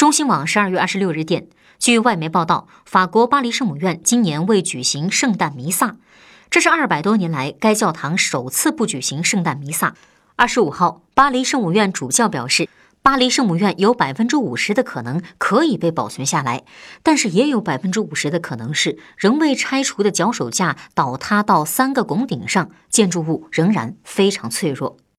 中新网12月26日电，据外媒报道，法国巴黎圣母院今年未举行圣诞弥撒，这是200多年来该教堂首次不举行圣诞弥撒。25号，巴黎圣母院主教表示，巴黎圣母院有50%的可能可以被保存下来，但是也有50%的可能是仍未拆除的脚手架倒塌到3个拱顶上，建筑物仍然非常脆弱。